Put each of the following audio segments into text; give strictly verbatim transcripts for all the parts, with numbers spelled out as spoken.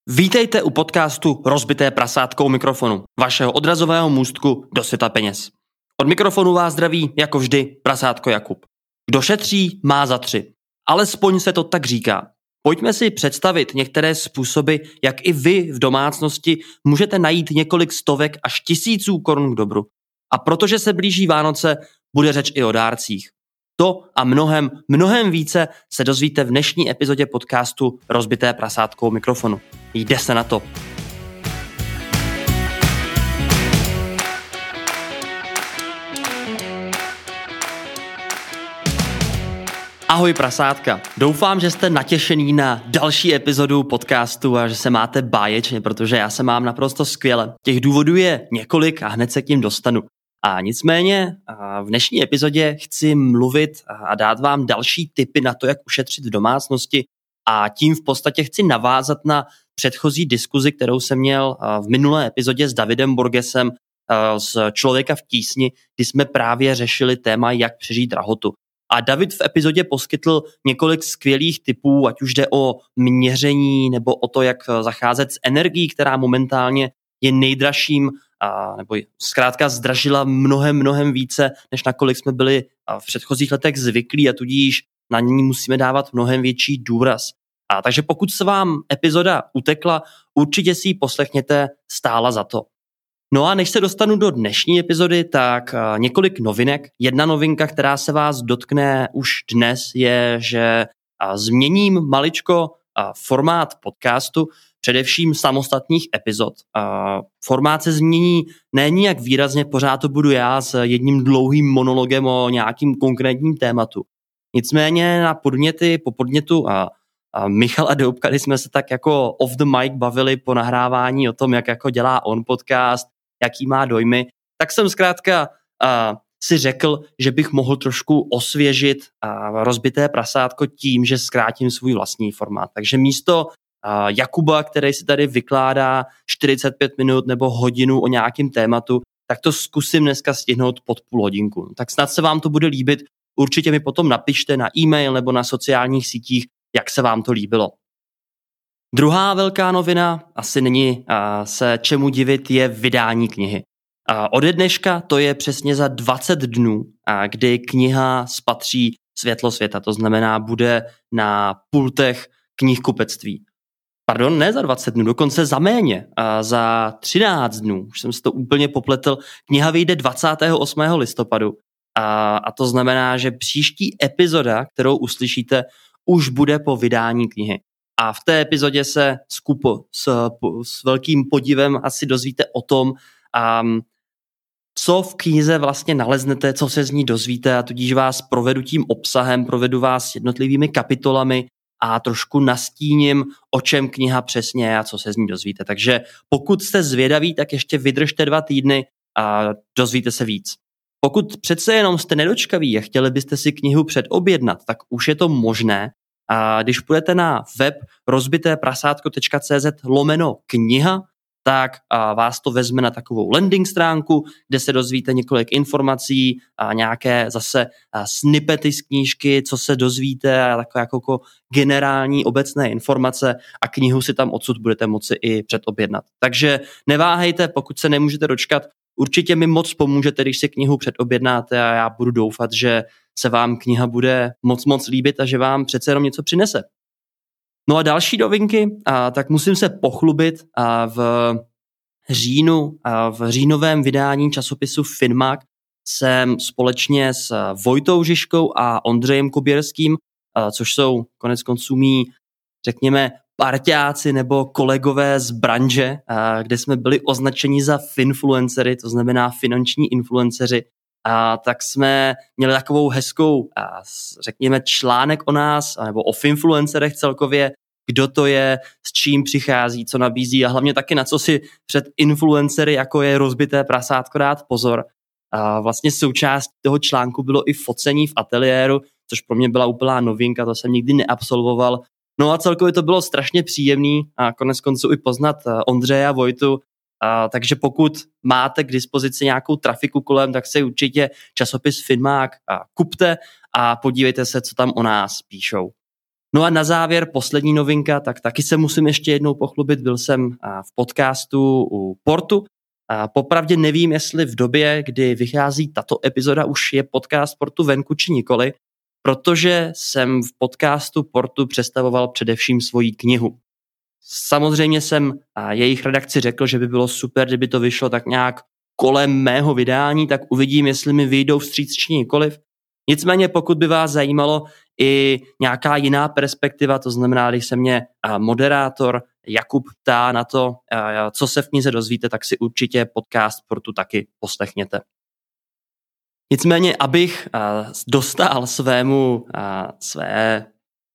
Vítejte u podcastu Rozbité prasátko u mikrofonu, vašeho odrazového můstku do světa peněz. Od mikrofonu vás zdraví, jako vždy, prasátko Jakub. Kdo šetří, má za tři. Alespoň se to tak říká. Pojďme si představit některé způsoby, jak i vy v domácnosti můžete najít několik stovek až tisíců korun k dobru. A protože se blíží Vánoce, bude řeč i o dárcích. To a mnohem, mnohem více se dozvíte v dnešní epizodě podcastu Rozbité prasátko u mikrofonu. Jde se na to. Ahoj prasátka, doufám, že jste natěšený na další epizodu podcastu a že se máte báječně, protože já se mám naprosto skvěle. Těch důvodů je několik a hned se k ním dostanu. A nicméně v dnešní epizodě chci mluvit a dát vám další tipy na to, jak ušetřit v domácnosti, a tím v podstatě chci navázat na předchozí diskuzi, kterou jsem měl v minulé epizodě s Davidem Borgesem z Člověka v tísni, kdy jsme právě řešili téma, jak přežít drahotu. A David v epizodě poskytl několik skvělých tipů, ať už jde o měření nebo o to, jak zacházet s energií, která momentálně je nejdražším, a, nebo zkrátka zdražila mnohem, mnohem více, než na kolik jsme byli v předchozích letech zvyklí, a tudíž na ní musíme dávat mnohem větší důraz. A takže pokud se vám epizoda utekla, určitě si ji poslechněte, stála za to. No a než se dostanu do dnešní epizody, tak několik novinek. Jedna novinka, která se vás dotkne už dnes, je, že změním maličko formát podcastu, především samostatných epizod. Formát se změní ne nijak výrazně, pořád to budu já s jedním dlouhým monologem o nějakým konkrétním tématu. Nicméně na podněty, po podnětu a, a Michala Doubka, kdy jsme se tak jako off the mic bavili po nahrávání o tom, jak jako dělá on podcast, jaký má dojmy, tak jsem zkrátka a, si řekl, že bych mohl trošku osvěžit a, rozbité prasátko tím, že zkrátím svůj vlastní formát. Takže místo a, Jakuba, který si tady vykládá čtyřicet pět minut nebo hodinu o nějakém tématu, tak to zkusím dneska stihnout pod půl hodinku. Tak snad se vám to bude líbit. Určitě mi potom napište na e-mail nebo na sociálních sítích, jak se vám to líbilo. Druhá velká novina, asi není a, se čemu divit, je vydání knihy. A ode dneška to je přesně za dvacet dnů, a, kdy kniha spatří světlo světa. To znamená, bude na pultech knihkupectví. Pardon, ne za dvacet dnů, dokonce za méně. A za třináct dnů, už jsem si to úplně popletl. Kniha vyjde dvacátého osmého listopadu. A, a to znamená, že příští epizoda, kterou uslyšíte, už bude po vydání knihy. A v té epizodě se skupo s, s velkým podivem asi dozvíte o tom, um, co v knize vlastně naleznete, co se z ní dozvíte, a tudíž vás provedu tím obsahem, provedu vás jednotlivými kapitolami a trošku nastíním, o čem kniha přesně je a co se z ní dozvíte. Takže pokud jste zvědaví, tak ještě vydržte dva týdny a dozvíte se víc. Pokud přece jenom jste nedočkaví a chtěli byste si knihu předobjednat, tak už je to možné. A když půjdete na web rozbiteprasátko.cz lomeno kniha, tak vás to vezme na takovou landing stránku, kde se dozvíte několik informací a nějaké zase snippety z knížky, co se dozvíte, a takové jako generální obecné informace, a knihu si tam odsud budete moci i předobjednat. Takže neváhejte, pokud se nemůžete dočkat. Určitě mi moc pomůžete, když si knihu předobjednáte, a já budu doufat, že se vám kniha bude moc moc líbit a že vám přece jenom něco přinese. No a další novinky, a tak musím se pochlubit, a v říjnu, a v říjnovém vydání časopisu Finmag jsem společně s Vojtou Žižkou a Ondřejem Kuběrským, a což jsou konec konců mý, řekněme, parťáci nebo kolegové z branže, kde jsme byli označeni za finfluencery, to znamená finanční influenceři, a tak jsme měli takovou hezkou, řekněme, článek o nás, nebo o finfluencerech celkově, kdo to je, s čím přichází, co nabízí, a hlavně taky na co si před influencery, jako je rozbité prasátko, dát pozor. A vlastně součástí toho článku bylo i focení v ateliéru, což pro mě byla úplná novinka, to jsem nikdy neabsolvoval. No a celkově to bylo strašně příjemný a konec konců i poznat Ondřeje a Vojtu. A takže pokud máte k dispozici nějakou trafiku kolem, tak si určitě časopis Finmag kupte a podívejte se, co tam o nás píšou. No a na závěr poslední novinka, tak taky se musím ještě jednou pochlubit, byl jsem v podcastu u Portu. A popravdě nevím, jestli v době, kdy vychází tato epizoda, už je podcast Portu venku či nikoli, protože jsem v podcastu Portu představoval především svoji knihu. Samozřejmě jsem jejich redakci řekl, že by bylo super, kdyby to vyšlo tak nějak kolem mého vydání, tak uvidím, jestli mi vyjdou vstříc či nikoliv. Nicméně pokud by vás zajímalo i nějaká jiná perspektiva, to znamená, když se mě moderátor Jakub ptá na to, co se v knize dozvíte, tak si určitě podcast Portu taky poslechněte. Nicméně, abych dostal svému své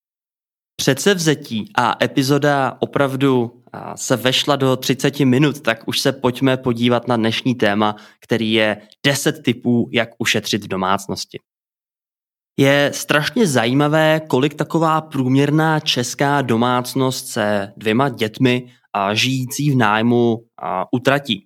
předsevzetí a epizoda opravdu se vešla do třicet minut, tak už se pojďme podívat na dnešní téma, který je deset tipů, jak ušetřit v domácnosti. Je strašně zajímavé, kolik taková průměrná česká domácnost se dvěma dětmi a žijící v nájmu a, utratí.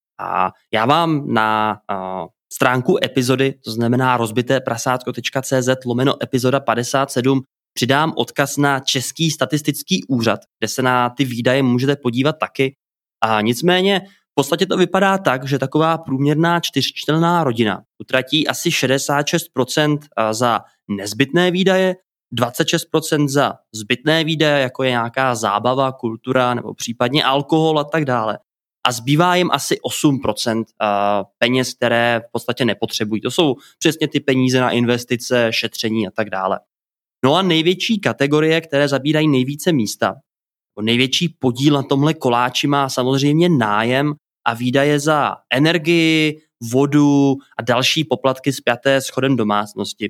A já vám na a, stránku epizody, to znamená rozbité prasátko tečka cé zet lomeno epizoda padesát sedm, přidám odkaz na Český statistický úřad, kde se na ty výdaje můžete podívat taky. A nicméně v podstatě to vypadá tak, že taková průměrná čtyřčlenná rodina utratí asi šedesát šest procent za nezbytné výdaje, dvacet šest procent za zbytné výdaje, jako je nějaká zábava, kultura nebo případně alkohol a tak dále. A zbývá jim asi osm procent peněz, které v podstatě nepotřebují. To jsou přesně ty peníze na investice, šetření a tak dále. No a největší kategorie, které zabírají nejvíce místa, největší podíl na tomhle koláči má samozřejmě nájem a výdaje za energii, vodu a další poplatky spjaté s chodem domácnosti.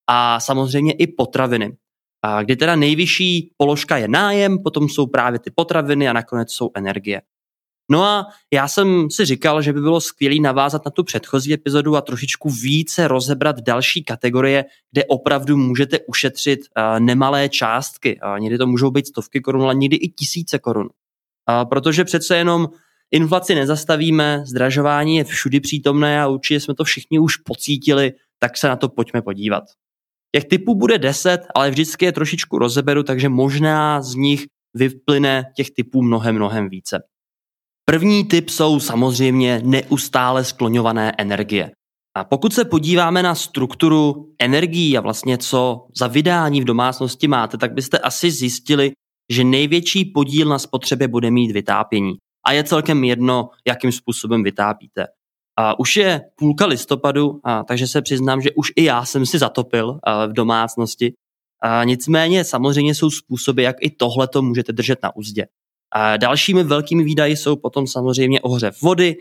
A samozřejmě i potraviny. A kdy teda nejvyšší položka je nájem, potom jsou právě ty potraviny a nakonec jsou energie. No a já jsem si říkal, že by bylo skvělé navázat na tu předchozí epizodu a trošičku více rozebrat další kategorie, kde opravdu můžete ušetřit uh, nemalé částky. Uh, někdy to můžou být stovky korun, ale někdy i tisíce korun. Uh, protože přece jenom inflaci nezastavíme, zdražování je všudy přítomné a určitě jsme to všichni už pocítili, tak se na to pojďme podívat. Těch typů bude deset, ale vždycky je trošičku rozeberu, takže možná z nich vyplyne těch typů mnohem, mnohem více. První typ jsou samozřejmě neustále skloňované energie. A pokud se podíváme na strukturu energií a vlastně co za vydání v domácnosti máte, tak byste asi zjistili, že největší podíl na spotřebě bude mít vytápění. A je celkem jedno, jakým způsobem vytápíte. A už je půlka listopadu, a takže se přiznám, že už i já jsem si zatopil v domácnosti. A nicméně samozřejmě jsou způsoby, jak i tohleto můžete držet na uzdě. A dalšími velkými výdaji jsou potom samozřejmě ohřev vody,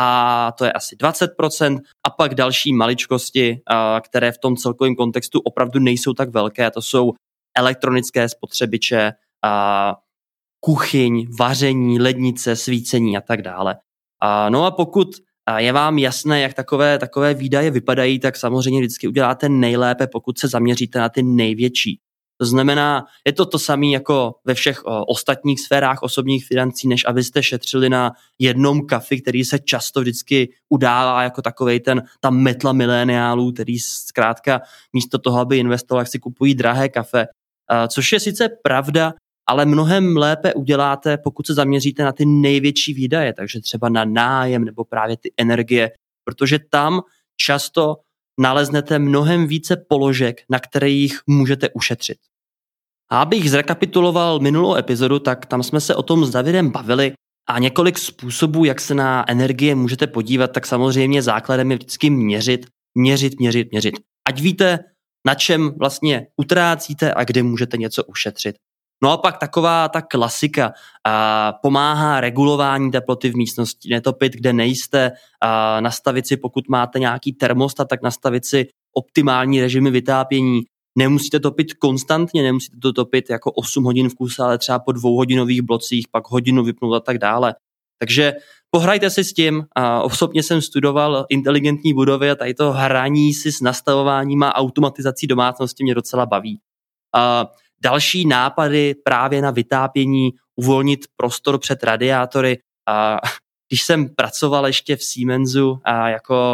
a to je asi dvacet procent, a pak další maličkosti, které v tom celkovém kontextu opravdu nejsou tak velké, to jsou elektronické spotřebiče, kuchyň, vaření, lednice, svícení a tak dále. No a pokud je vám jasné, jak takové, takové výdaje vypadají, tak samozřejmě vždycky uděláte nejlépe, pokud se zaměříte na ty největší. To znamená, je to to samé jako ve všech o, ostatních sférách osobních financí, než abyste šetřili na jednom kafi, který se často vždycky udává jako takovej ten, ta metla mileniálů, který zkrátka místo toho, aby investoval, jak si kupují drahé kafe. A, což je sice pravda, ale mnohem lépe uděláte, pokud se zaměříte na ty největší výdaje, takže třeba na nájem nebo právě ty energie, protože tam často naleznete mnohem více položek, na kterých můžete ušetřit. A abych zrekapituloval minulou epizodu, tak tam jsme se o tom s Davidem bavili a několik způsobů, jak se na energie můžete podívat, tak samozřejmě základem je vždycky měřit, měřit, měřit, měřit. Ať víte, na čem vlastně utrácíte a kde můžete něco ušetřit. No a pak taková ta klasika a pomáhá regulování teploty v místnosti, netopit, kde nejste, a nastavit si, pokud máte nějaký termostat, tak nastavit si optimální režimy vytápění. Nemusíte topit konstantně, nemusíte to topit jako osm hodin v kuse, ale třeba po dvouhodinových blocích, pak hodinu vypnout a tak dále. Takže pohrajte si s tím. A osobně jsem studoval inteligentní budovy a tady to hraní si s nastavováním a automatizací domácnosti mě docela baví. A další nápady právě na vytápění, uvolnit prostor před radiátory. A když jsem pracoval ještě v Siemensu a jako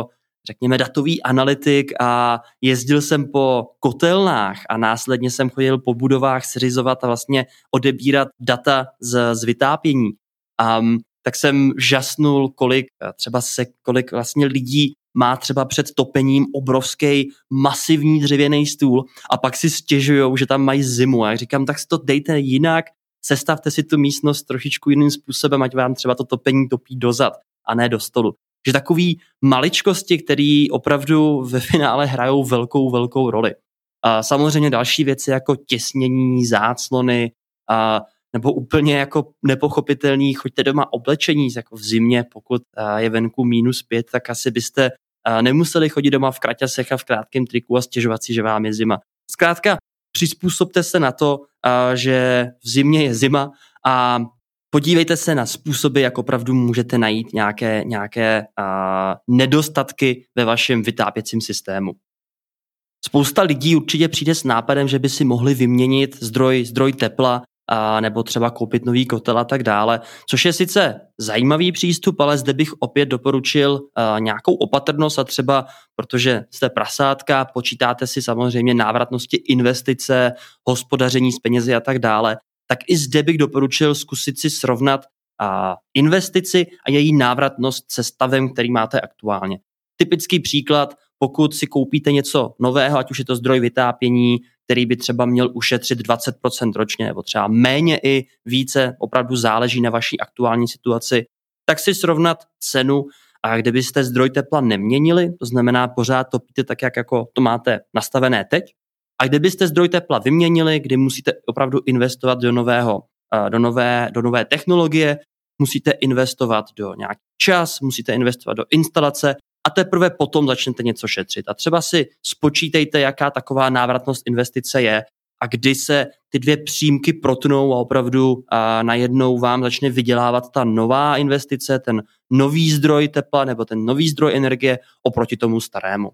řekněme, datový analytik a jezdil jsem po kotelnách a následně jsem chodil po budovách seřizovat a vlastně odebírat data z, z vytápění. Um, tak jsem žasnul, kolik třeba se, kolik vlastně lidí má třeba před topením obrovský masivní dřevěný stůl a pak si stěžujou, že tam mají zimu. A já říkám, tak si to dejte jinak, sestavte si tu místnost trošičku jiným způsobem, ať vám třeba to topení topí dozad a ne do stolu. Že takový maličkosti, které opravdu ve finále hrajou velkou, velkou roli. A samozřejmě další věci jako těsnění, záclony a nebo úplně jako nepochopitelný, choďte doma oblečení, jako v zimě, pokud je venku minus pět, tak asi byste nemuseli chodit doma v kraťasech a v krátkém triku a stěžovat si, že vám je zima. Zkrátka, přizpůsobte se na to, že v zimě je zima a podívejte se na způsoby, jak opravdu můžete najít nějaké, nějaké nedostatky ve vašem vytápěcím systému. Spousta lidí určitě přijde s nápadem, že by si mohli vyměnit zdroj, zdroj tepla a nebo třeba koupit nový kotel a tak dále, což je sice zajímavý přístup, ale zde bych opět doporučil uh, nějakou opatrnost a třeba, protože jste prasátka, počítáte si samozřejmě návratnosti investice, hospodaření s penězi a tak dále, tak i zde bych doporučil zkusit si srovnat uh, investici a její návratnost se stavem, který máte aktuálně. Typický příklad, pokud si koupíte něco nového, ať už je to zdroj vytápění, který by třeba měl ušetřit dvacet procent ročně, nebo třeba méně i více, opravdu záleží na vaší aktuální situaci, tak si srovnat cenu, a kdybyste zdroj tepla neměnili, to znamená pořád topíte tak, jak jako to máte nastavené teď, a kdybyste zdroj tepla vyměnili, kdy musíte opravdu investovat do nového, do nové, do nové technologie, musíte investovat do nějaký čas, musíte investovat do instalace, a teprve potom začnete něco šetřit. A třeba si spočítejte, jaká taková návratnost investice je a kdy se ty dvě přímky protnou a opravdu a najednou vám začne vydělávat ta nová investice, ten nový zdroj tepla nebo ten nový zdroj energie oproti tomu starému.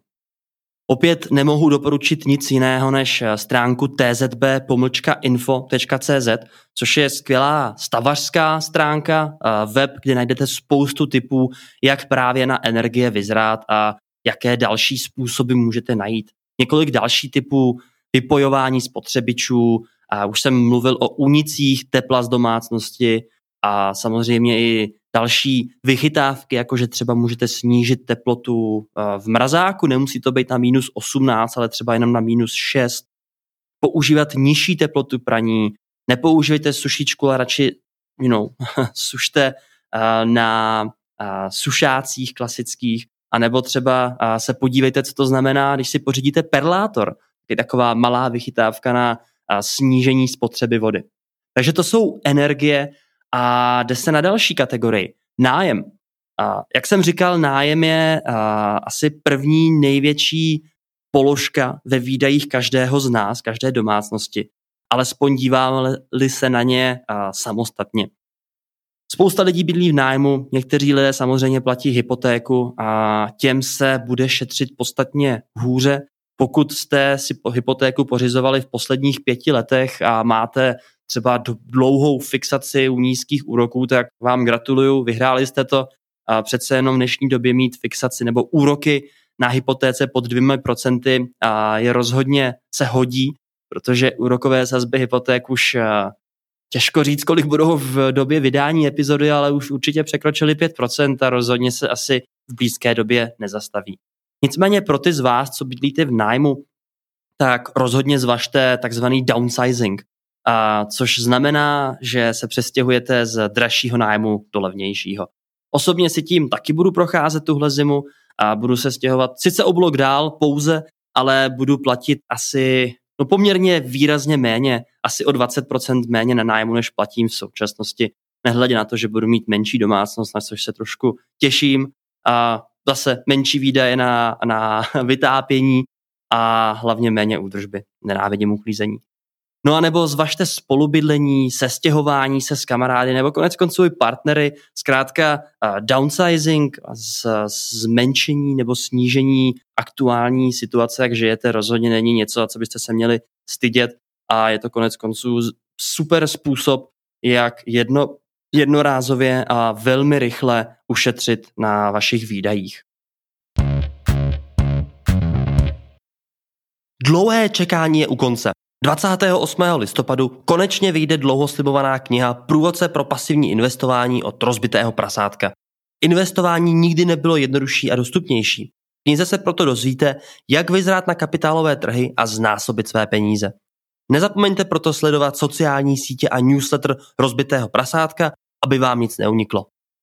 Opět nemohu doporučit nic jiného než stránku t z b pomlčka info tečka c z, což je skvělá stavařská stránka, web, kde najdete spoustu tipů, jak právě na energie vyzrát a jaké další způsoby můžete najít. Několik dalších typů vypojování spotřebičů, a už jsem mluvil o únicích tepla z domácnosti a samozřejmě i další vychytávky, jakože třeba můžete snížit teplotu v mrazáku, nemusí to být na minus osmnáct, ale třeba jenom na minus šest. Používat nižší teplotu praní, nepoužívejte sušičku, ale radši you know, sušte na sušácích klasických, anebo třeba se podívejte, co to znamená, když si pořídíte perlátor, je taková malá vychytávka na snížení spotřeby vody. Takže to jsou energie a jde se na další kategorii. Nájem. A jak jsem říkal, nájem je a, asi první největší položka ve výdajích každého z nás, každé domácnosti. Alespoň díváme-li se na ně a, samostatně. Spousta lidí bydlí v nájmu, někteří lidé samozřejmě platí hypotéku a těm se bude šetřit podstatně hůře. Pokud jste si hypotéku pořizovali v posledních pěti letech a máte třeba dlouhou fixaci u nízkých úroků, tak vám gratuluju, vyhráli jste to. A přece jenom v dnešní době mít fixaci nebo úroky na hypotéce pod dvěma procenty a je rozhodně se hodí, protože úrokové sazby hypoték už těžko říct, kolik budou v době vydání epizody, ale už určitě překročili pět procent a rozhodně se asi v blízké době nezastaví. Nicméně pro ty z vás, co bydlíte v nájmu, tak rozhodně zvažte takzvaný downsizing, a což znamená, že se přestěhujete z dražšího nájmu do levnějšího. Osobně si tím taky budu procházet tuhle zimu a budu se stěhovat sice o blok dál pouze, ale budu platit asi no poměrně výrazně méně, asi o dvacet procent méně na nájmu, než platím v současnosti, nehledě na to, že budu mít menší domácnost, na což se trošku těším a zase menší výdaje na, na vytápění a hlavně méně údržby. Nenávidím uklízení. No a nebo zvažte spolubydlení, sestěhování se s kamarády nebo konec konců i partnery, zkrátka uh, downsizing, z, zmenšení nebo snížení aktuální situace, jak žijete, rozhodně není něco, co byste se měli stydět a je to konec konců super způsob, jak jedno, jednorázově a velmi rychle ušetřit na vašich výdajích. Dlouhé čekání je u konce. dvacátého osmého listopadu konečně vyjde dlouho slibovaná kniha Průvodce pro pasivní investování od rozbitého prasátka. Investování nikdy nebylo jednodušší a dostupnější. V knize se proto dozvíte, jak vyzrát na kapitálové trhy a znásobit své peníze. Nezapomeňte proto sledovat sociální sítě a newsletter rozbitého prasátka, aby vám nic neuniklo.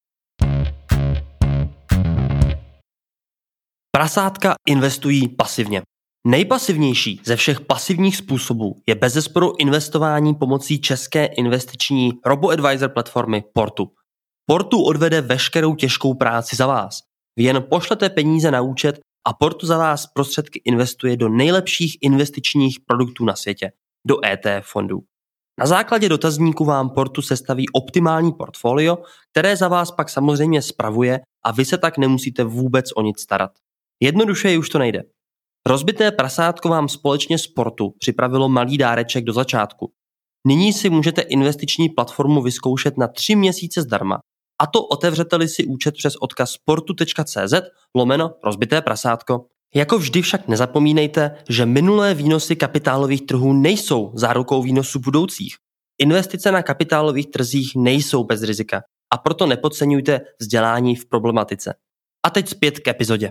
Prasátka investují pasivně. Nejpasivnější ze všech pasivních způsobů je bezesporu investování pomocí české investiční robo-advisor platformy Portu. Portu odvede veškerou těžkou práci za vás. Vy jen pošlete peníze na účet a Portu za vás prostředky investuje do nejlepších investičních produktů na světě, do E T F fondů. Na základě dotazníku vám Portu sestaví optimální portfolio, které za vás pak samozřejmě spravuje a vy se tak nemusíte vůbec o nic starat. Jednoduše už to nejde. Rozbité prasátko vám společně s Portu připravilo malý dáreček do začátku. Nyní si můžete investiční platformu vyzkoušet na tři měsíce zdarma, a to otevřete-li si účet přes odkaz portu.cz lomeno rozbité prasátko. Jako vždy však nezapomínejte, že minulé výnosy kapitálových trhů nejsou zárukou výnosů budoucích. Investice na kapitálových trzích nejsou bez rizika a proto nepodceňujte vzdělání v problematice. A teď zpět k epizodě.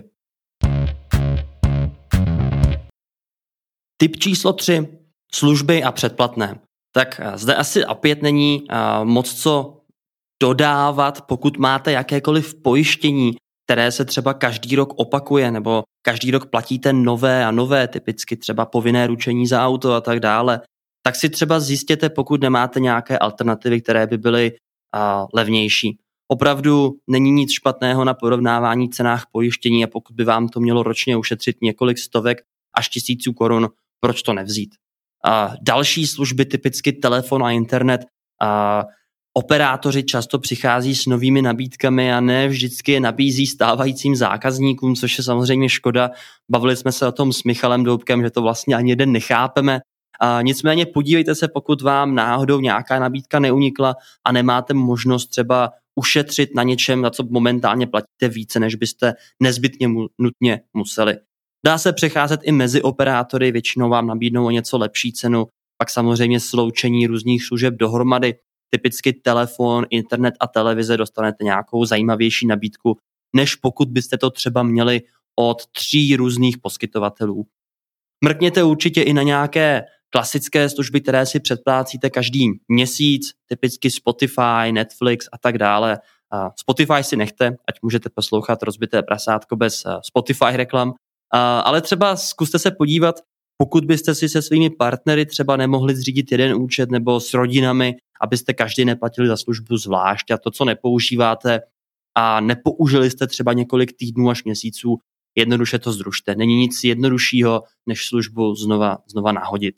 Tip číslo tři. Služby a předplatné. Tak zde asi opět není uh, moc co dodávat, pokud máte jakékoliv pojištění, které se třeba každý rok opakuje, nebo každý rok platíte nové a nové, typicky třeba povinné ručení za auto a tak dále, tak si třeba zjistěte, pokud nemáte nějaké alternativy, které by byly uh, levnější. Opravdu není nic špatného na porovnávání cenách pojištění a pokud by vám to mělo ročně ušetřit několik stovek až tisíců korun, proč to nevzít? Uh, další služby, typicky telefon a internet, uh, operátoři často přichází s novými nabídkami a ne vždycky je nabízí stávajícím zákazníkům, což je samozřejmě škoda. Bavili jsme se o tom s Michalem Doubkem, že to vlastně ani jeden nechápeme. Uh, nicméně podívejte se, pokud vám náhodou nějaká nabídka neunikla a nemáte možnost třeba ušetřit na něčem, na co momentálně platíte více, než byste nezbytně mu, nutně museli. Dá se přecházet i mezi operátory, většinou vám nabídnou o něco lepší cenu, pak samozřejmě sloučení různých služeb dohromady, typicky telefon, internet a televize dostanete nějakou zajímavější nabídku, než pokud byste to třeba měli od tří různých poskytovatelů. Mrkněte určitě i na nějaké klasické služby, které si předplácíte každý měsíc, typicky Spotify, Netflix a tak dále. Spotify si nechte, ať můžete poslouchat rozbité prasátko bez Spotify reklam, ale třeba zkuste se podívat, pokud byste si se svými partnery třeba nemohli zřídit jeden účet nebo s rodinami, abyste každý neplatili za službu zvlášť a to, co nepoužíváte a nepoužili jste třeba několik týdnů až měsíců, jednoduše to zrušte. Není nic jednoduššího, než službu znova, znova nahodit.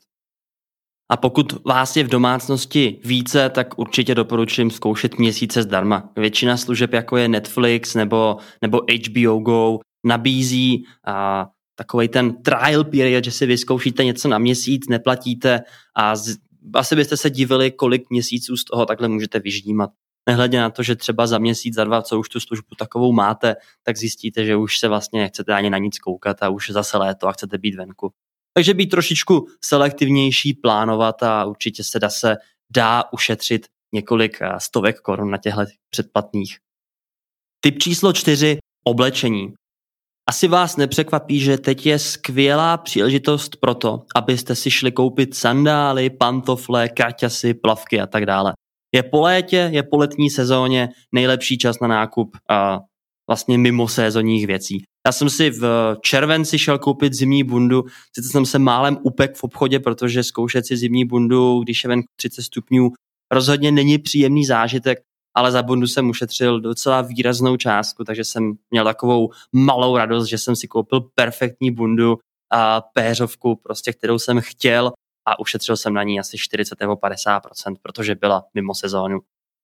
A pokud vás je v domácnosti více, tak určitě doporučím zkoušet měsíce zdarma. Většina služeb, jako je Netflix nebo, nebo H B O Go, nabízí a, takovej ten trial period, že si vyzkoušíte něco na měsíc, neplatíte a z, asi byste se divili, kolik měsíců z toho takhle můžete vyždímat. Nehledě na to, že třeba za měsíc, za dva, co už tu službu takovou máte, tak zjistíte, že už se vlastně nechcete ani na nic koukat a už zase léto a chcete být venku. Takže být trošičku selektivnější, plánovat a určitě se dá, se dá ušetřit několik stovek korun na těchto předplatných. Tip číslo čtyři. Oblečení. Asi vás nepřekvapí, že teď je skvělá příležitost pro to, abyste si šli koupit sandály, pantofle, kraťasy, plavky a tak dále. Je po létě, je po letní sezóně nejlepší čas na nákup a vlastně mimo sezónních věcí. Já jsem si v červenci šel koupit zimní bundu, sice jsem se málem upek v obchodě, protože zkoušet si zimní bundu, když je ven třicet stupňů, rozhodně není příjemný zážitek, ale za bundu jsem ušetřil docela výraznou částku, takže jsem měl takovou malou radost, že jsem si koupil perfektní bundu a péřovku, prostě, kterou jsem chtěl a ušetřil jsem na ní asi čtyřicet nebo padesát procent, protože byla mimo sezónu.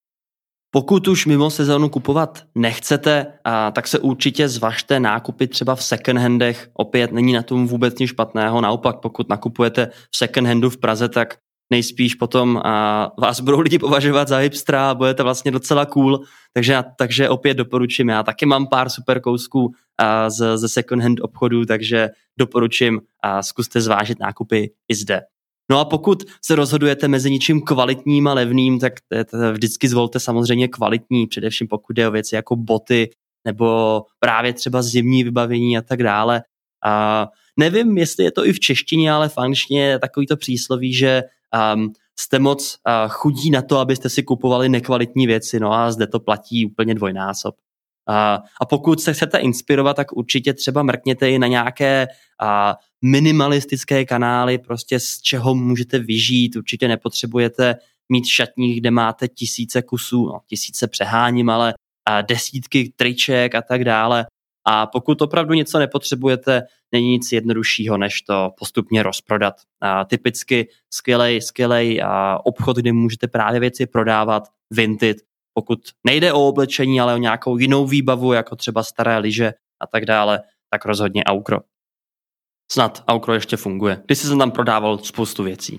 Pokud už mimo sezónu kupovat nechcete, a, tak se určitě zvažte nákupy třeba v second handech. Opět není na tom vůbec nic špatného, naopak pokud nakupujete v second handu v Praze, tak nejspíš potom a vás budou lidi považovat za hipstra a budete vlastně docela cool, takže, takže opět doporučím, já taky mám pár super kousků a z, ze second hand obchodů, takže doporučím a zkuste zvážit nákupy i zde. No a pokud se rozhodujete mezi něčím kvalitním a levným, tak vždycky zvolte samozřejmě kvalitní, především pokud jde o věci jako boty nebo právě třeba zimní vybavení a tak dále. A nevím, jestli je to i v češtině, ale v angličtině je takovýto přísloví, že um, jste moc uh, chudí na to, abyste si kupovali nekvalitní věci, no a zde to platí úplně dvojnásob. Uh, a pokud se chcete inspirovat, tak určitě třeba mrkněte i na nějaké uh, minimalistické kanály, prostě z čeho můžete vyžít. Určitě nepotřebujete mít šatník, kde máte tisíce kusů, no tisíce přeháním, ale uh, desítky triček a tak dále. A pokud opravdu něco nepotřebujete, není nic jednoduššího, než to postupně rozprodat. A typicky skvělej, skvělej a obchod, kde můžete právě věci prodávat, Vinted, pokud nejde o oblečení, ale o nějakou jinou výbavu, jako třeba staré lyže a tak dále, tak rozhodně Aukro. Snad Aukro ještě funguje. Když jsem tam prodával spoustu věcí.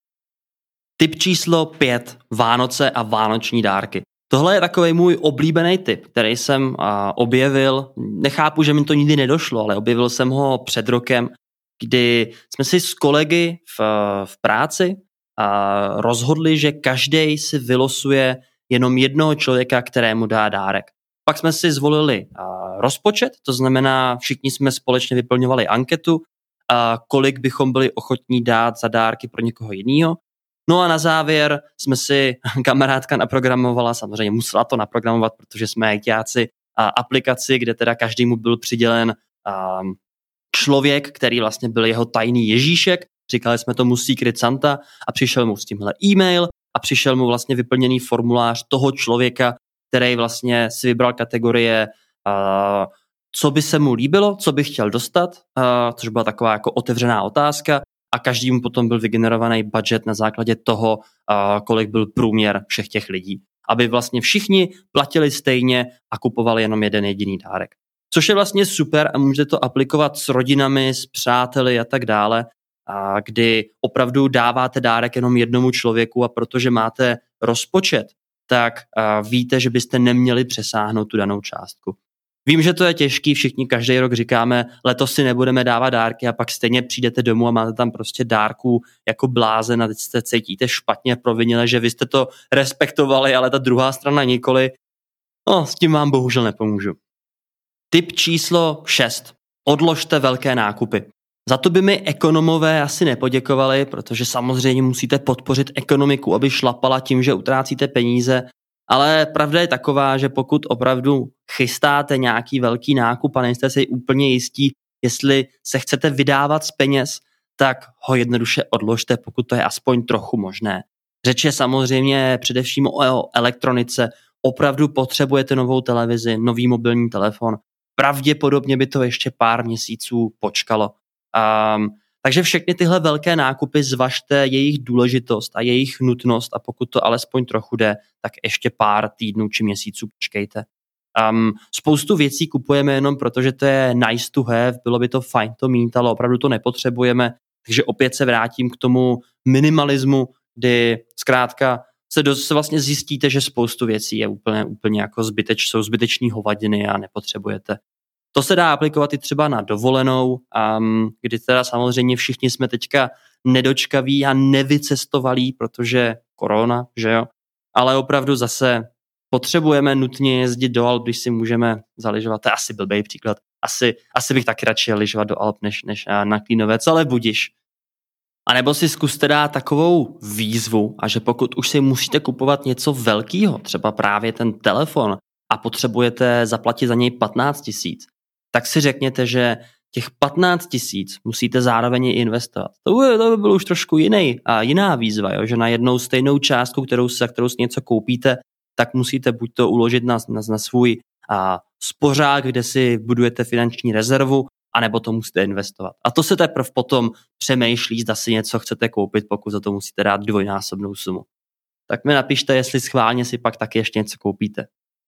Tip číslo pět. Vánoce a vánoční dárky. Tohle je takový můj oblíbený tip, který jsem a, objevil. Nechápu, že mi to nikdy nedošlo, ale objevil jsem ho před rokem, kdy jsme si s kolegy v, v práci a, rozhodli, že každý si vylosuje jenom jednoho člověka, kterému dá dárek. Pak jsme si zvolili a, rozpočet, to znamená, všichni jsme společně vyplňovali anketu, a, kolik bychom byli ochotní dát za dárky pro někoho jiného. No a na závěr jsme si kamarádka naprogramovala, samozřejmě musela to naprogramovat, protože jsme ajťáci, a aplikaci, kde teda každému byl přidělen um, člověk, který vlastně byl jeho tajný Ježíšek, říkali jsme tomu Secret Santa a přišel mu s tímhle e-mail a přišel mu vlastně vyplněný formulář toho člověka, který vlastně si vybral kategorie, uh, co by se mu líbilo, co by chtěl dostat, uh, což byla taková jako otevřená otázka. A každému potom byl vygenerovaný budget na základě toho, uh, kolik byl průměr všech těch lidí. Aby vlastně všichni platili stejně a kupovali jenom jeden jediný dárek. Což je vlastně super a můžete to aplikovat s rodinami, s přáteli a tak dále, a kdy opravdu dáváte dárek jenom jednomu člověku a protože máte rozpočet, tak uh, víte, že byste neměli přesáhnout tu danou částku. Vím, že to je těžký, všichni každý rok říkáme, letos si nebudeme dávat dárky a pak stejně přijdete domů a máte tam prostě dárků jako blázen a teď se cítíte špatně provinile, že vy jste to respektovali, ale ta druhá strana nikoli. No, s tím vám bohužel nepomůžu. Tip číslo šest. Odložte velké nákupy. Za to by mi ekonomové asi nepoděkovali, protože samozřejmě musíte podpořit ekonomiku, aby šlapala tím, že utrácíte peníze. Ale pravda je taková, že pokud opravdu chystáte nějaký velký nákup a nejste si úplně jistí, jestli se chcete vydávat z peněz, tak ho jednoduše odložte, pokud to je aspoň trochu možné. Řeč je samozřejmě především o elektronice. Opravdu potřebujete novou televizi, nový mobilní telefon. Pravděpodobně by to ještě pár měsíců počkalo. Um, takže všechny tyhle velké nákupy zvažte jejich důležitost a jejich nutnost a pokud to alespoň trochu jde, tak ještě pár týdnů či měsíců počkejte. Um, spoustu věcí kupujeme jenom proto, že to je nice to have, bylo by to fajn to mít, ale opravdu to nepotřebujeme, takže opět se vrátím k tomu minimalismu, kdy zkrátka se, dost, se vlastně zjistíte, že spoustu věcí je úplně, úplně jako zbyteč, jsou zbyteční hovadiny a nepotřebujete. To se dá aplikovat i třeba na dovolenou, um, kdy teda samozřejmě všichni jsme teďka nedočkaví a nevycestovalí, protože korona, že jo, ale opravdu zase potřebujeme nutně jezdit do Alp, když si můžeme zalyžovat. To je asi blbej příklad. Asi, asi bych taky radši lyžovat do Alp, než, než na Klínovec, ale budiš. A nebo si zkuste dát takovou výzvu, a že pokud už si musíte kupovat něco velkého, třeba právě ten telefon, a potřebujete zaplatit za něj patnáct tisíc, tak si řekněte, že těch patnáct tisíc musíte zároveň investovat. To by, to by byl už trošku jiný a jiná výzva, jo? Že na jednou stejnou částku, kterou, za kterou si něco koupíte, tak musíte buď to uložit na, na, na svůj a, spořák, kde si budujete finanční rezervu, anebo to musíte investovat. A to se teprve potom přemýšlí, zda si něco chcete koupit, pokud za to musíte dát dvojnásobnou sumu. Tak mi napište, jestli schválně si pak taky ještě něco koupíte.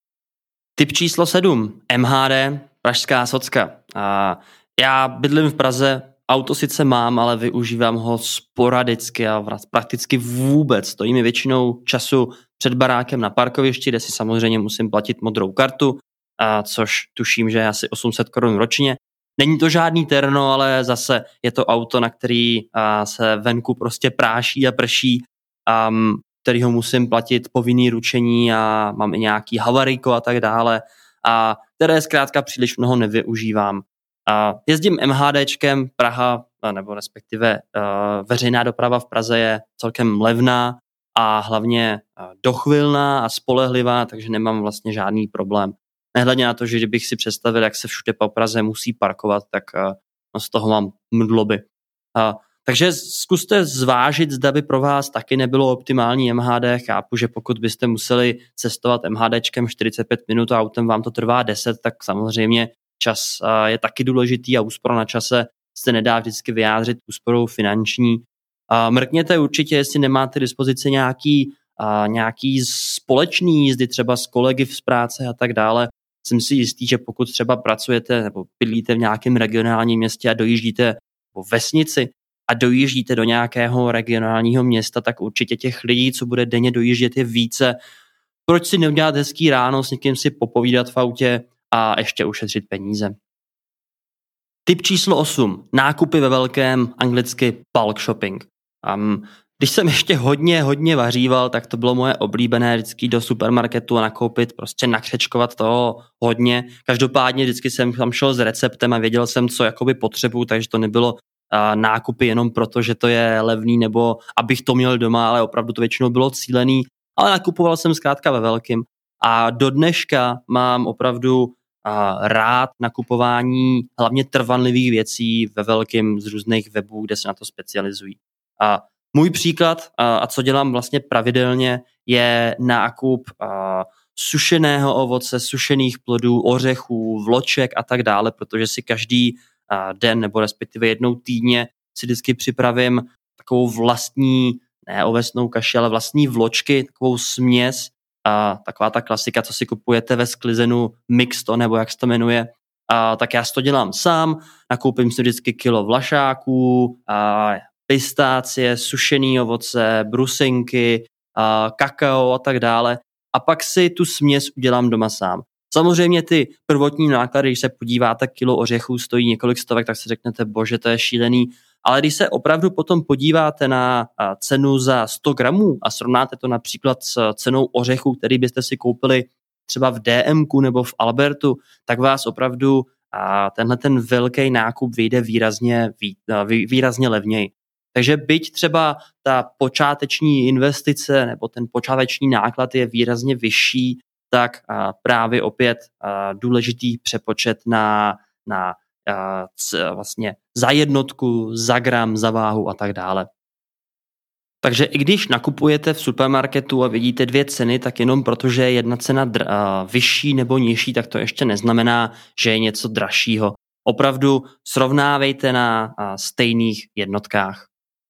Tip číslo sedm. M H D, Pražská socka. A já bydlím v Praze auto sice mám, ale využívám ho sporadicky a prakticky vůbec. Stojí mi většinou času před barákem na parkovišti, kde si samozřejmě musím platit modrou kartu, a což tuším, že je asi osm set korun ročně. Není to žádný terno, ale zase je to auto, na který a, se venku prostě práší a prší, a, který ho musím platit povinný ručení a mám i nějaký havarijko a tak dále, a které zkrátka příliš mnoho nevyužívám. A jezdím MHDčkem, Praha, nebo respektive uh, veřejná doprava v Praze je celkem levná a hlavně uh, dochvilná a spolehlivá, takže nemám vlastně žádný problém. Nehledě na to, že kdybych si představil, jak se všude po Praze musí parkovat, tak uh, no z toho mám mdloby. Uh, takže zkuste zvážit, zda by pro vás taky nebylo optimální M H D. Chápu, že pokud byste museli cestovat MHDčkem čtyřicet pět minut a autem vám to trvá deset, tak samozřejmě čas je taky důležitý a úspora na čase se nedá vždycky vyjádřit úsporou finanční. Mrkněte určitě, jestli nemáte dispozici nějaký, nějaký společný jízdy třeba s kolegy z práce a tak dále. Jsem si jistý, že pokud třeba pracujete nebo bydlíte v nějakém regionálním městě a dojíždíte po vesnici a dojíždíte do nějakého regionálního města, tak určitě těch lidí, co bude denně dojíždět, je více. Proč si neudělat hezký ráno, s někým si popovídat v autě a ještě ušetřit peníze. Tip číslo osm. Nákupy ve velkém, anglicky bulk shopping. Um, když jsem ještě hodně, hodně vaříval, tak to bylo moje oblíbené vždycky do supermarketu a nakoupit, prostě nakřečkovat toho hodně. Každopádně vždycky jsem tam šel s receptem a věděl jsem, co jakoby potřebuju, takže to nebylo uh, nákupy jenom proto, že to je levný nebo abych to měl doma, ale opravdu to většinou bylo cílený. Ale nakupoval jsem zkrátka ve velkým. A do dneška mám opravdu a rád nakupování hlavně trvanlivých věcí ve velkým z různých webů, kde se na to specializují. A můj příklad, a, a co dělám vlastně pravidelně, je nákup a, sušeného ovoce, sušených plodů, ořechů, vloček a tak dále, protože si každý a, den nebo respektive jednou týdně si vždycky připravím takovou vlastní, ne ovesnou kaši, ale vlastní vločky, takovou směs. A taková ta klasika, co si kupujete ve sklizenu mixto, nebo jak se to jmenuje, a tak já si to dělám sám, nakoupím si vždycky kilo vlašáků, a pistácie, sušený ovoce, brusinky, a kakao a tak dále a pak si tu směs udělám doma sám. Samozřejmě ty prvotní náklady, když se podíváte, kilo ořechů stojí několik stovek, tak si řeknete, bože, to je šílený. Ale když se opravdu potom podíváte na cenu za sto gramů a srovnáte to například s cenou ořechů, který byste si koupili třeba v D M ku nebo v Albertu, tak vás opravdu tenhle ten velký nákup vyjde výrazně, výrazně levněji. Takže byť třeba ta počáteční investice nebo ten počáteční náklad je výrazně vyšší, tak právě opět důležitý přepočet na, na vlastně za jednotku, za gram, za váhu a tak dále. Takže i když nakupujete v supermarketu a vidíte dvě ceny, tak jenom protože je jedna cena dr- vyšší nebo nižší, tak to ještě neznamená, že je něco dražšího. Opravdu srovnávejte na stejných jednotkách.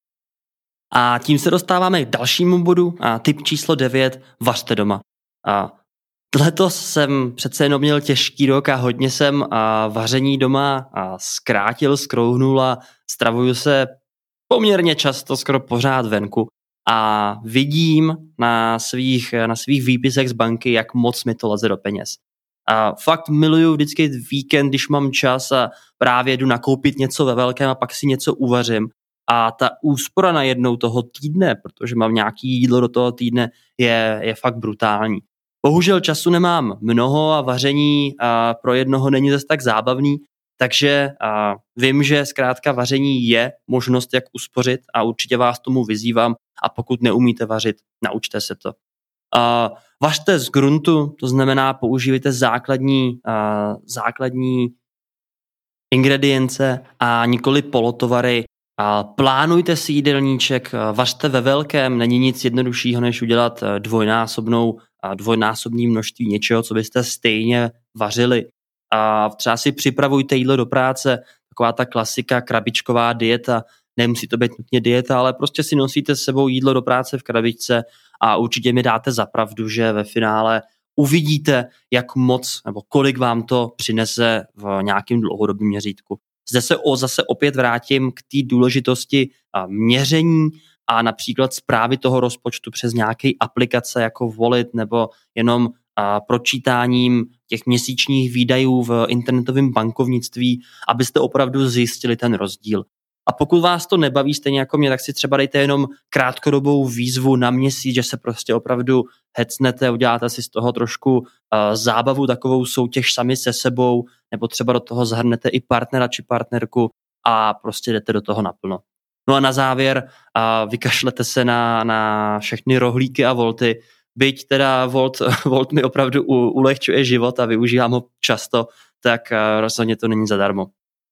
A tím se dostáváme k dalšímu bodu. A tip číslo devět, vařte doma. A letos jsem přece jenom měl těžký rok a hodně jsem a vaření doma a zkrátil, skrouhnul a stravuju se poměrně často, skoro pořád venku. A vidím na svých, na svých výpisech z banky, jak moc mi to leze do peněz. A fakt miluju vždycky víkend, když mám čas a právě jdu nakoupit něco ve velkém a pak si něco uvařím. A ta úspora na jednou toho týdne, protože mám nějaký jídlo do toho týdne, je, je fakt brutální. Bohužel času nemám mnoho a vaření a pro jednoho není zase tak zábavný, takže a vím, že zkrátka vaření je možnost, jak uspořit a určitě vás tomu vyzývám a pokud neumíte vařit, naučte se to. A vařte z gruntu, to znamená používejte základní, a základní ingredience a nikoli polotovary. A plánujte si jídelníček, vařte ve velkém, není nic jednoduššího, než udělat dvojnásobnou dvojnásobné množství něčeho, co byste stejně vařili. A třeba si připravujte jídlo do práce, taková ta klasika krabičková dieta, nemusí to být nutně dieta, ale prostě si nosíte s sebou jídlo do práce v krabičce a určitě mi dáte za pravdu, že ve finále uvidíte, jak moc nebo kolik vám to přinese v nějakém dlouhodobém měřítku. Zde se o, zase opět vrátím k té důležitosti a, měření a například správy toho rozpočtu přes nějaké aplikace jako Wallet nebo jenom a, pročítáním těch měsíčních výdajů v internetovém bankovnictví, abyste opravdu zjistili ten rozdíl. A pokud vás to nebaví stejně jako mě, tak si třeba dejte jenom krátkodobou výzvu na měsíc, že se prostě opravdu hecnete, uděláte si z toho trošku uh, zábavu, takovou soutěž sami se sebou, nebo třeba do toho zahrnete i partnera či partnerku a prostě jdete do toho naplno. No a na závěr uh, vykašlete se na, na všechny rohlíky a volty, byť teda Volt, Volt mi opravdu u, ulehčuje život a využívám ho často, tak uh, rozhodně to není zadarmo.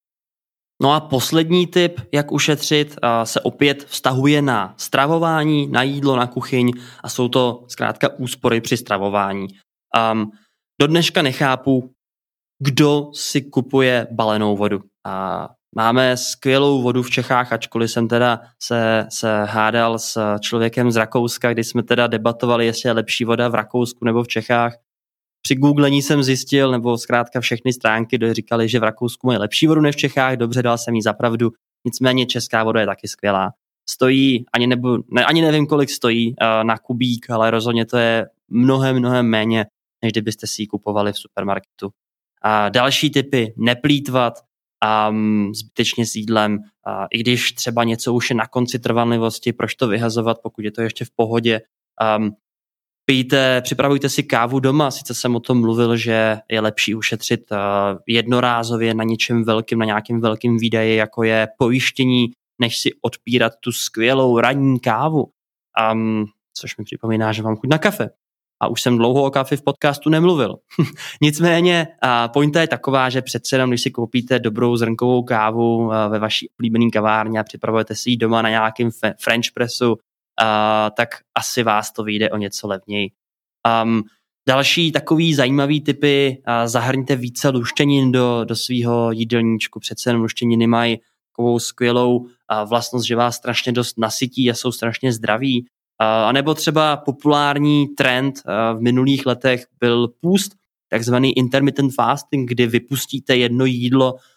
No a poslední tip, jak ušetřit, se opět vztahuje na stravování, na jídlo, na kuchyň a jsou to zkrátka úspory při stravování. Um, do dneška nechápu, kdo si kupuje balenou vodu. A máme skvělou vodu v Čechách, ačkoliv jsem teda se, se hádal s člověkem z Rakouska, kdy jsme teda debatovali, jestli je lepší voda v Rakousku nebo v Čechách. Při googlení jsem zjistil, nebo zkrátka všechny stránky říkali, že v Rakousku mají lepší vodu než v Čechách, dobře, dal jsem jí za pravdu, nicméně česká voda je taky skvělá. Stojí, ani, nebu, ne, ani nevím, kolik stojí uh, na kubík, ale rozhodně to je mnohem, mnohem méně, než kdybyste si ji kupovali v supermarketu. A další tipy, neplýtvat um, zbytečně s jídlem, uh, i když třeba něco už je na konci trvanlivosti, proč to vyhazovat, pokud je to ještě v pohodě. Um, Pijte, připravujte si kávu doma, sice jsem o tom mluvil, že je lepší ušetřit uh, jednorázově na něčem velkým, na nějakém velkým výdaji, jako je pojištění, než si odpírat tu skvělou ranní kávu. Um, což mi připomíná, že mám chuť na kafe. A už jsem dlouho o kafi v podcastu nemluvil. Nicméně uh, pointa je taková, že přece jenom, když si koupíte dobrou zrnkovou kávu uh, ve vaší oblíbené kavárně a připravujete si ji doma na nějakém fe- French pressu, Uh, tak asi vás to vyjde o něco levněji. Um, další takový zajímavý typy, uh, zahrňte více luštěnin do, do svého jídelníčku, přece jen luštěniny mají takovou skvělou uh, vlastnost, že vás strašně dost nasytí a jsou strašně zdraví. Uh, a nebo třeba populární trend uh, v minulých letech byl půst, takzvaný intermittent fasting, kdy vypustíte jedno jídlo uh,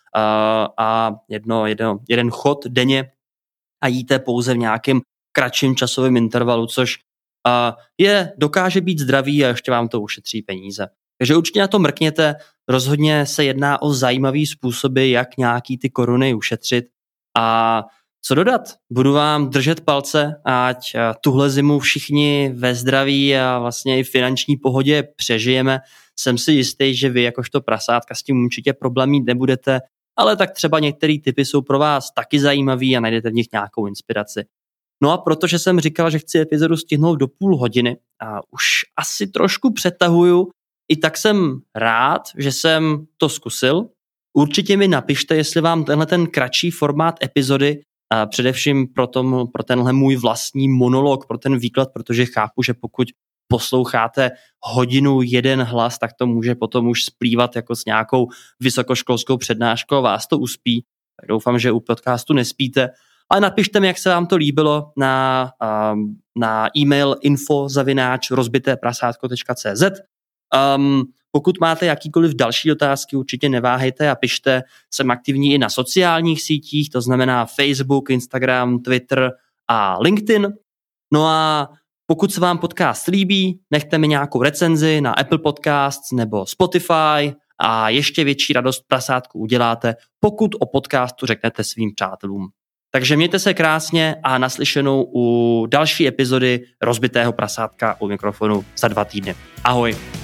a jedno, jedno, jeden chod denně a jíte pouze v nějakém kratším časovém intervalu, což uh, je, dokáže být zdravý a ještě vám to ušetří peníze. Takže určitě na to mrkněte, rozhodně se jedná o zajímavý způsoby, jak nějaký ty koruny ušetřit. A co dodat? Budu vám držet palce, ať tuhle zimu všichni ve zdraví a vlastně i finanční pohodě přežijeme. Jsem si jistý, že vy jakožto prasátka s tím určitě problém mít nebudete, ale tak třeba některé tipy jsou pro vás taky zajímavý a najdete v nich nějakou inspiraci. No a protože jsem říkal, že chci epizodu stihnout do půl hodiny a už asi trošku přetahuju, i tak jsem rád, že jsem to zkusil. Určitě mi napište, jestli vám tenhle ten kratší formát epizody, a především pro, tom, pro tenhle můj vlastní monolog, pro ten výklad, protože chápu, že pokud posloucháte hodinu jeden hlas, tak to může potom už splývat jako s nějakou vysokoškolskou přednáškou a vás to uspí. Tak doufám, že u podcastu nespíte. Ale napište mi, jak se vám to líbilo na, um, na e-mail info zavináč rozbité prasátko tečka cé zet. Um, pokud máte jakýkoliv další otázky, určitě neváhejte a pište. Jsem aktivní i na sociálních sítích, to znamená Facebook, Instagram, Twitter a LinkedIn. No a pokud se vám podcast líbí, nechte mi nějakou recenzi na Apple Podcasts nebo Spotify a ještě větší radost prasátku uděláte, pokud o podcastu řeknete svým přátelům. Takže mějte se krásně a naslyšenou u další epizody Rozbitého prasátka u mikrofonu za dva týdny. Ahoj.